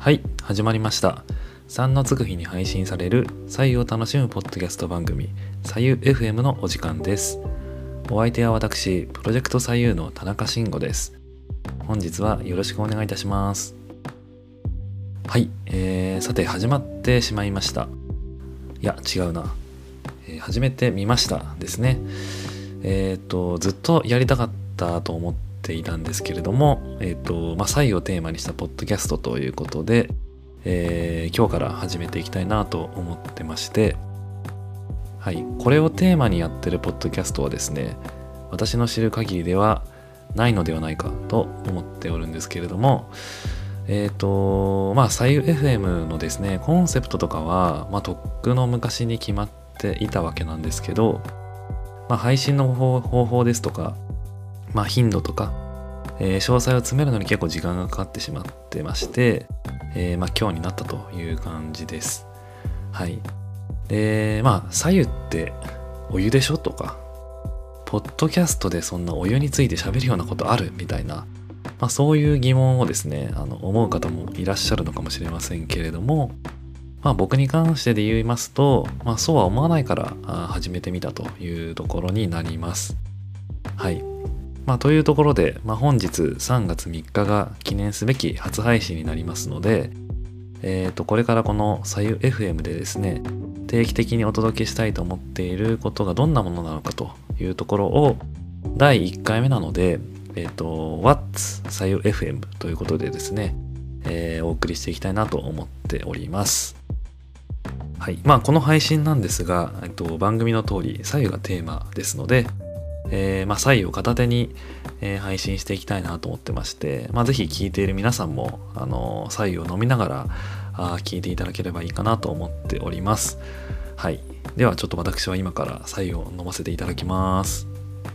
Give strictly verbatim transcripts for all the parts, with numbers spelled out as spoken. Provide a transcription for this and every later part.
はい、始まりました。さんのつく日に配信される左右を楽しむポッドキャスト番組左右 エフエム のお時間です。お相手は私、プロジェクト左右の田中慎吾です。本日はよろしくお願いいたします。はい、えー、さて始まってしまいました。いや、違うな。えー、始めてみましたですね。えっと、ずっとやりたかったと思っていたんですけれども、えっと、まあ、左右をテーマにしたポッドキャストということで、えー、今日から始めていきたいなと思ってまして、はい、これをテーマにやってるポッドキャストはですね、私の知る限りではないのではないかと思っておるんですけれども、えっと、まあ、左右 エフエム のですね、コンセプトとかは、まあ、とっくの昔に決まっていたわけなんですけど、まあ、配信の方法ですとか、まあ、頻度とか、えー、詳細を詰めるのに結構時間がかかってしまってまして、えー、まあ今日になったという感じです。はい。で、まあ左右ってお湯でしょとか、ポッドキャストでそんなお湯について喋るようなことあるみたいな、まあそういう疑問をですね、あの思う方もいらっしゃるのかもしれませんけれども、まあ僕に関してで言いますと、まあそうは思わないから始めてみたというところになります。はい。まあというところで、まあ、本日さんがつみっかが記念すべき初配信になりますので、えっと、これからこの左右 エフエム でですね、定期的にお届けしたいと思っていることがどんなものなのかというところを、だいいっかいめなので、えっと、What's 左右 エフエム ということでですね、えー、お送りしていきたいなと思っております。はい。まあこの配信なんですが、えっと、番組の通り左右がテーマですので、えーまあ、左右を片手に、えー、配信していきたいなと思ってまして、まあ、ぜひ聞いている皆さんも、あのー、左右を飲みながらあ聞いていただければいいかなと思っております。はい。ではちょっと私は今から左右を飲ませていただきます。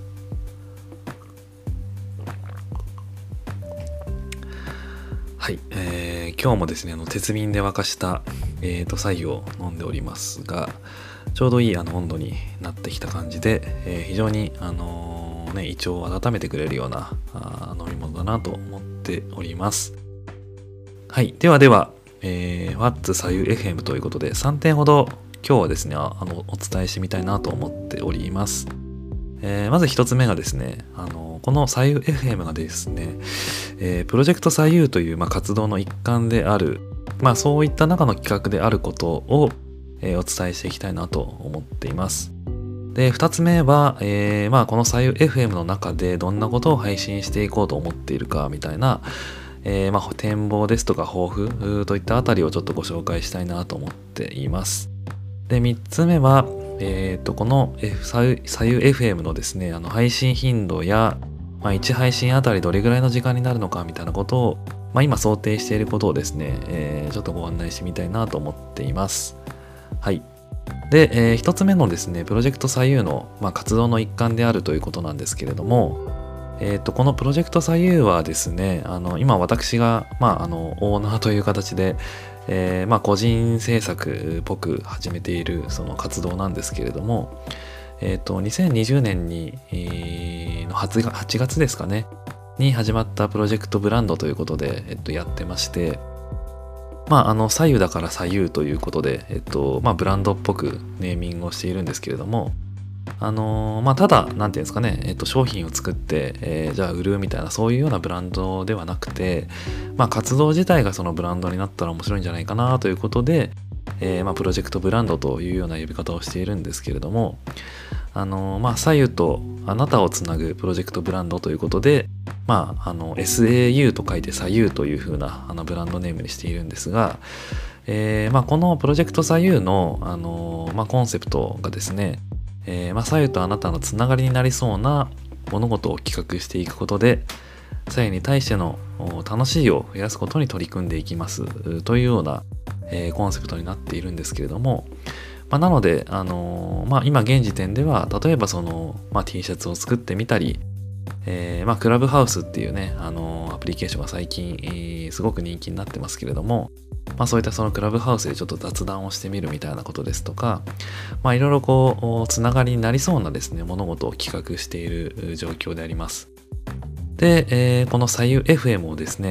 はい。えー、今日もですね、あの鉄瓶で沸かした、えー、と左右を飲んでおりますが、ちょうどいいあの温度になってきた感じで、えー、非常に、あのーね、胃腸を温めてくれるようなあ飲み物だなと思っております。はい。ではでは、えー、What's 左右 エフエム ということでさんてんほど今日はですね、あのお伝えしてみたいなと思っております。えー、まず一つ目がですね、あのこの左右 エフエム がですね、えー、プロジェクト左右という、まあ、活動の一環である、まあそういった中の企画であることをえー、お伝えしていきたいなと思っています。で、二つ目は、えー、まあこの左右 エフエム の中でどんなことを配信していこうと思っているかみたいな、えー、まあ展望ですとか抱負といったあたりをちょっとご紹介したいなと思っています。で、三つ目は、えっと、この、F、左右 エフエム のですね、あの配信頻度や、まあ、いち配信あたりどれぐらいの時間になるのかみたいなことを、まあ今想定していることをですね、えー、ちょっとご案内してみたいなと思っています。はい。で、えー、一つ目のですね、プロジェクト左右の、まあ、活動の一環であるということなんですけれども、えっと、このプロジェクト左右はですね、あの、今私が、まあ、あの、オーナーという形で、えー、まあ、個人制作っぽく始めているその活動なんですけれども、えっと、にせんにじゅうねんに、えー、のはちがつですかね、に始まったプロジェクトブランドということで、えっと、やってまして、まあ、あの左右だから左右ということで、えっとまあ、ブランドっぽくネーミングをしているんですけれども、あのー、まあ、ただなんていうんですかね、えっと、商品を作って、えー、じゃあ売るみたいなそういうようなブランドではなくて、まあ、活動自体がそのブランドになったら面白いんじゃないかなということで、えーまあ、プロジェクトブランドというような呼び方をしているんですけれども、あのまあ左右とあなたをつなぐプロジェクトブランドということで、まああの エスエーユー と書いて左右という風なあのブランドネームにしているんですが、えー、まあこのプロジェクト左右のあのまあコンセプトがですね、えー、まあ左右とあなたのつながりになりそうな物事を企画していくことで、左右に対しての楽しいを増やすことに取り組んでいきますというような、えー、コンセプトになっているんですけれども、まあ、なので、あのーまあ、今現時点では例えばその、まあ、T シャツを作ってみたり、えーまあ、クラブハウスっていうね、あのーアプリケーションが最近、えーすごく人気になってますけれども、まあ、そういったそのクラブハウスでちょっと雑談をしてみるみたいなことですとか、まあ、いろいろこうつながりになりそうなですね物事を企画している状況であります。で、えーこの左右 エフエム をですね、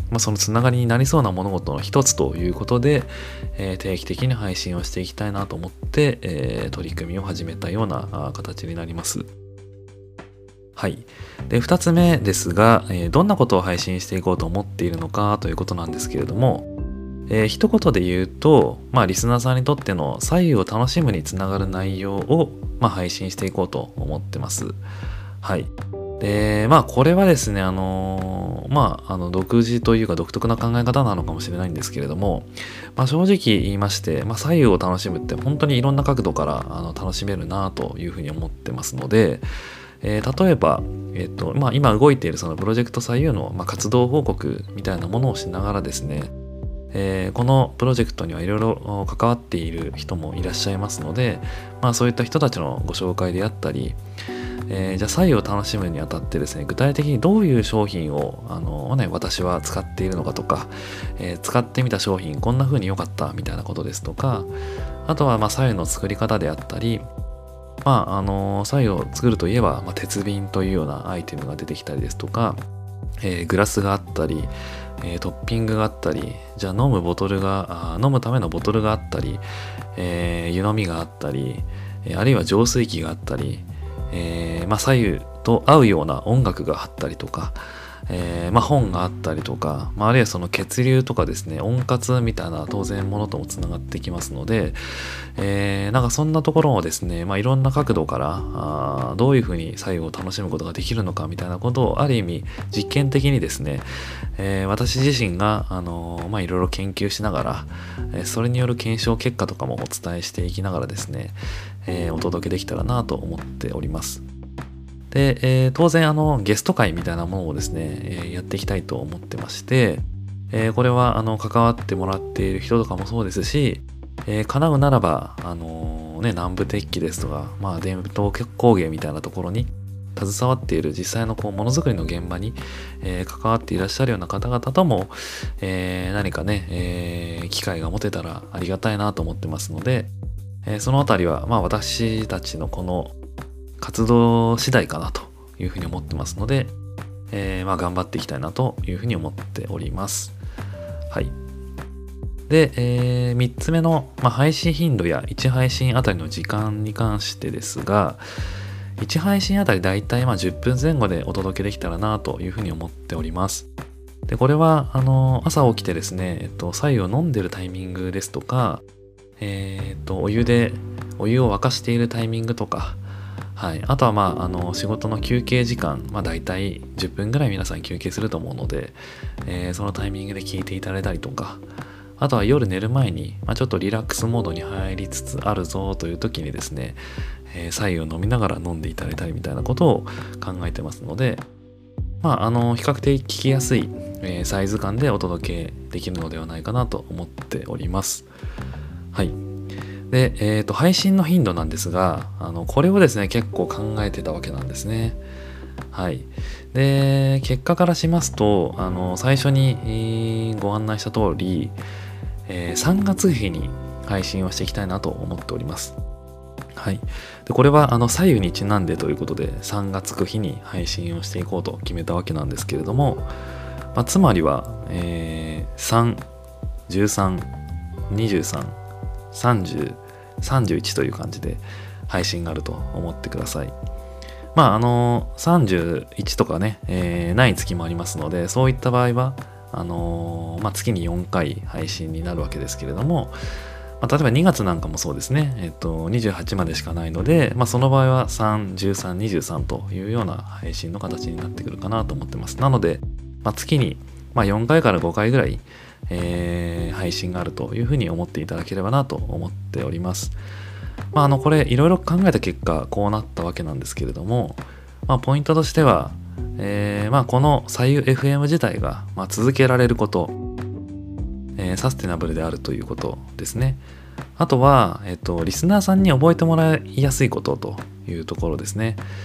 まあ、そのつながりになりそうな物事の一つということで、えー、定期的に配信をしていきたいなと思って、えー、取り組みを始めたような形になります。はい。で、二つ目ですが、えー、どんなことを配信していこうと思っているのかということなんですけれども、えー、一言で言うと、まあ、リスナーさんにとっての左右を楽しむにつながる内容を、まあ、配信していこうと思ってます。はい。で、まあ、これはですね、あのー、まあ、あの、独自というか独特な考え方なのかもしれないんですけれども、まあ、正直言いまして、まあ、左右を楽しむって本当にいろんな角度からあの楽しめるなというふうに思ってますので、えー、例えば、えっと、まあ、今動いているそのプロジェクト左右の、まあ、活動報告みたいなものをしながらですね、えー、このプロジェクトにはいろいろ関わっている人もいらっしゃいますので、まあ、そういった人たちのご紹介であったり、えー、じゃあ左右を楽しむにあたってですね、具体的にどういう商品をあの、ね、私は使っているのかとか、えー、使ってみた商品こんな風に良かったみたいなことですとか、あとはまあ左右の作り方であったり、まああの左右を作るといえば、まあ、鉄瓶というようなアイテムが出てきたりですとか、えー、グラスがあったり、えー、トッピングがあったり、じゃあ飲むボトルがあ飲むためのボトルがあったり、えー、湯飲みがあったり、えー、あるいは浄水器があったり、えーまあ、左右と合うような音楽があったりとか、えーまあ、本があったりとか、まあ、あるいはその血流とかですね、温活みたいな当然ものともつながってきますので、えー、なんかそんなところをですね、まあ、いろんな角度からあどういうふうに左右を楽しむことができるのかみたいなことをある意味実験的にですね、えー、私自身が、あのーまあ、いろいろ研究しながら、えー、それによる検証結果とかもお伝えしていきながらですね、えー、お届けできたらなと思っております。で、えー、当然あのゲスト会みたいなものをですね、えー、やっていきたいと思ってまして、えー、これはあの関わってもらっている人とかもそうですし、えー、叶うならばあのー、ね南部鉄器ですとか、まあ、伝統工芸みたいなところに携わっている実際のこうものづくりの現場に、えー、関わっていらっしゃるような方々とも、えー、何かね、えー、機会が持てたらありがたいなと思ってますので、えー、そのあたりはまあ私たちのこの活動次第かなというふうに思ってますので、えー、まあ頑張っていきたいなというふうに思っております。はい。で、えー、みっつめの、まあ、配信頻度やいち配信あたりの時間に関してですが、いち配信あたりだいたいまあじゅっぷんぜん後でお届けできたらなというふうに思っております。で、これはあの朝起きてですね、えっと、白湯を飲んでるタイミングですとか、えー、っと、お湯で、お湯を沸かしているタイミングとか、はい、あとはまああの仕事の休憩時間、まあ、大体じゅっぷんぐらい皆さん休憩すると思うので、えー、そのタイミングで聞いていただいたりとか、あとは夜寝る前に、まあ、ちょっとリラックスモードに入りつつあるぞという時にですね、えー、白湯を飲みながら飲んでいただいたりみたいなことを考えてますので、まああの比較的聞きやすい、えー、サイズ感でお届けできるのではないかなと思っております。はい。で、えーと、配信の頻度なんですが、あの、これをですね、結構考えてたわけなんですね。はい。で、結果からしますと、あの、最初に、えーご案内した通り、えーさんがつ日に配信をしていきたいなと思っております。はい。で、これは、あの、左右にちなんでということで、さんがつく日に配信をしていこうと決めたわけなんですけれども、まあ、つまりは、えー、さん、じゅうさん、にじゅうさん、さんじゅう、さんじゅういちという感じで配信があると思ってください。まああのさんじゅういちとかね、えー、ない月もありますので、そういった場合はあのー、まあ、月によんかい配信になるわけですけれども、まあ、例えばにがつなんかもそうですね、えっとにじゅうはちまでしかないので、まあ、その場合はさん、じゅうさん、にじゅうさんというような配信の形になってくるかなと思ってます。なので、まあ、月にまあよんかいからごかいぐらいえー、配信があるというふうに思っていただければなと思っております。まあ、あのこれいろいろ考えた結果こうなったわけなんですけれども、まあ、ポイントとしては、えーまあ、この左右 エフエム 自体が、まあ、続けられること、えー、サステナブルであるということですね。あとは、えっと、リスナーさんに覚えてもらいやすいことというところですね。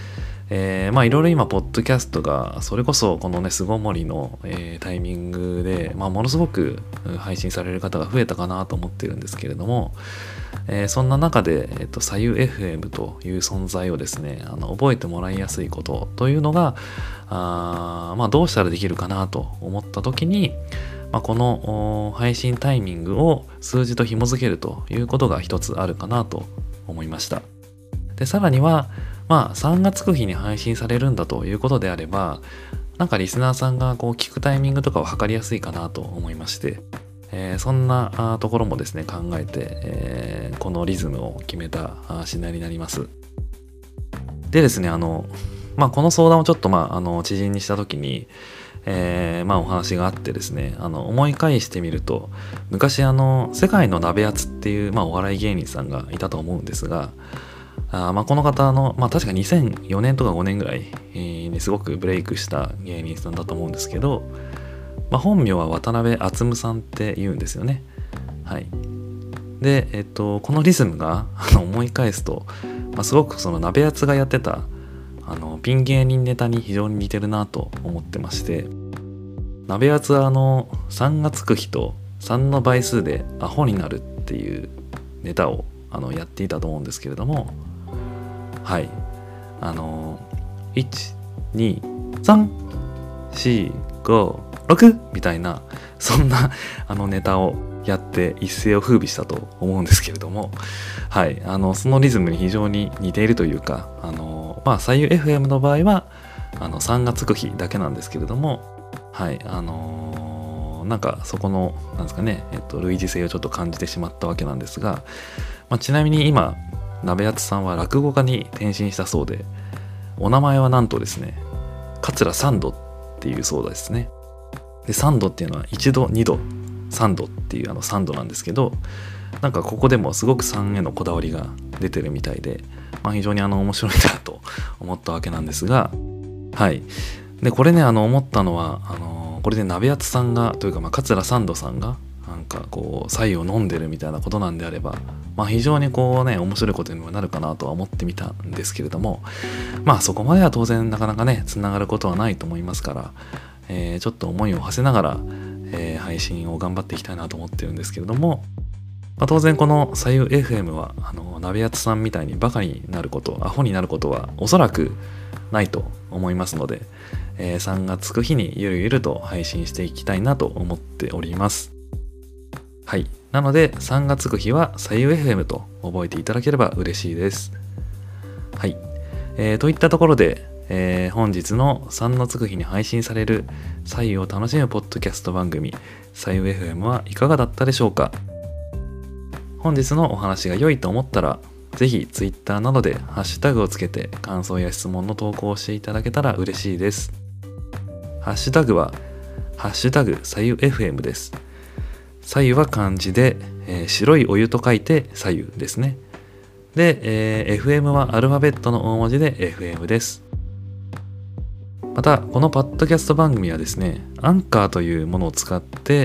えー、まあいろいろ今ポッドキャストがそれこそこのね巣ごもりの、えー、タイミングで、まあ、ものすごく配信される方が増えたかなと思ってるんですけれども、えー、そんな中で、えーと、左右 エフエム という存在をですねあの覚えてもらいやすいことというのがあ、まあ、どうしたらできるかなと思った時に、まあ、この配信タイミングを数字と紐付けるということが一つあるかなと思いました。でさらにはまあさんがつく日に配信されるんだということであれば、なんかリスナーさんがこう聞くタイミングとかを測りやすいかなと思いまして、えー、そんなところもですね考えて、えー、このリズムを決めた次第になります。でですねあのまあこの相談をちょっとまああの知人にした時に、えー、まあお話があってですねあの思い返してみると、昔あの世界の鍋やつっていう、まあ、お笑い芸人さんがいたと思うんですが、あまあこの方の、まあ、確かにせんよねんとかごねんぐらいにすごくブレイクした芸人さんだと思うんですけど、まあ、本名は渡辺篤さんって言うんですよね。はい。で、えっと、このリズムがあの思い返すと、まあ、すごくその鍋やつがやってたあのピン芸人ネタに非常に似てるなと思ってまして、鍋やつはあのさんがつく日とさんの倍数でアホになるっていうネタをあのやっていたと思うんですけれども、はい、あのー、いち、に、さん、し、ご、ろくみたいなそんなあのネタをやって一世を風靡したと思うんですけれども、はい、あのそのリズムに非常に似ているというか、あのー、まあ左右 エフエム の場合はあのさんがつく日だけなんですけれども、はい、あのー、なんかそこのなんですかね、えっと類似性をちょっと感じてしまったわけなんですが、まあ、ちなみに今鍋やつさんは落語家に転身したそうで、お名前はなんとですね桂三度っていうそうですね。で三度っていうのはいちどにどさんどっていうあのさんどなんですけど、なんかここでもすごくさんへのこだわりが出てるみたいで、まあ、非常にあの面白いなと思ったわけなんですが、はい。でこれねあの思ったのはあのこれで鍋やつさんがというか、まあ、桂三度さんがなんかこう白湯を飲んでるみたいなことなんであれば、まあ非常にこうね面白いことにもなるかなとは思ってみたんですけれども、まあそこまでは当然なかなかねつながることはないと思いますから、えー、ちょっと思いを馳せながら、えー、配信を頑張っていきたいなと思ってるんですけれども、まあ、当然この左右 エフエム はあの鍋やつさんみたいにバカになること、アホになることはおそらくないと思いますので、えー、さんがつく日にゆるゆると配信していきたいなと思っております。はい。なのでさんがつく日は左右 エフエム と覚えていただければ嬉しいです。はい。えー、といったところで、えー、本日のさんのつく日に配信される左右を楽しむポッドキャスト番組左右 エフエム はいかがだったでしょうか。本日のお話が良いと思ったら、ぜひ Twitter などでハッシュタグをつけて感想や質問の投稿をしていただけたら嬉しいです。ハッシュタグはハッシュタグ左右 エフエム です。左右は漢字で、えー、白いお湯と書いて左右ですね。で、えー、エフエム はアルファベットの大文字で エフエム です。また、このポッドキャスト番組はですね、アンカーというものを使って、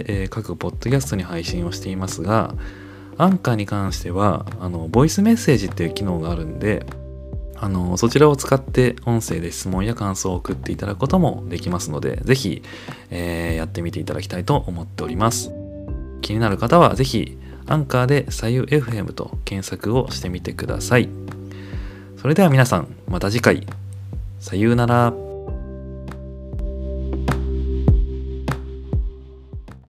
えー、各ポッドキャストに配信をしていますが、アンカーに関しては、あの、ボイスメッセージっていう機能があるんで、あの、そちらを使って音声で質問や感想を送っていただくこともできますので、ぜひ、えー、やってみていただきたいと思っております。気になる方はぜひアンカーで左右 エフエム と検索をしてみてください。それでは皆さんまた次回。さようなら。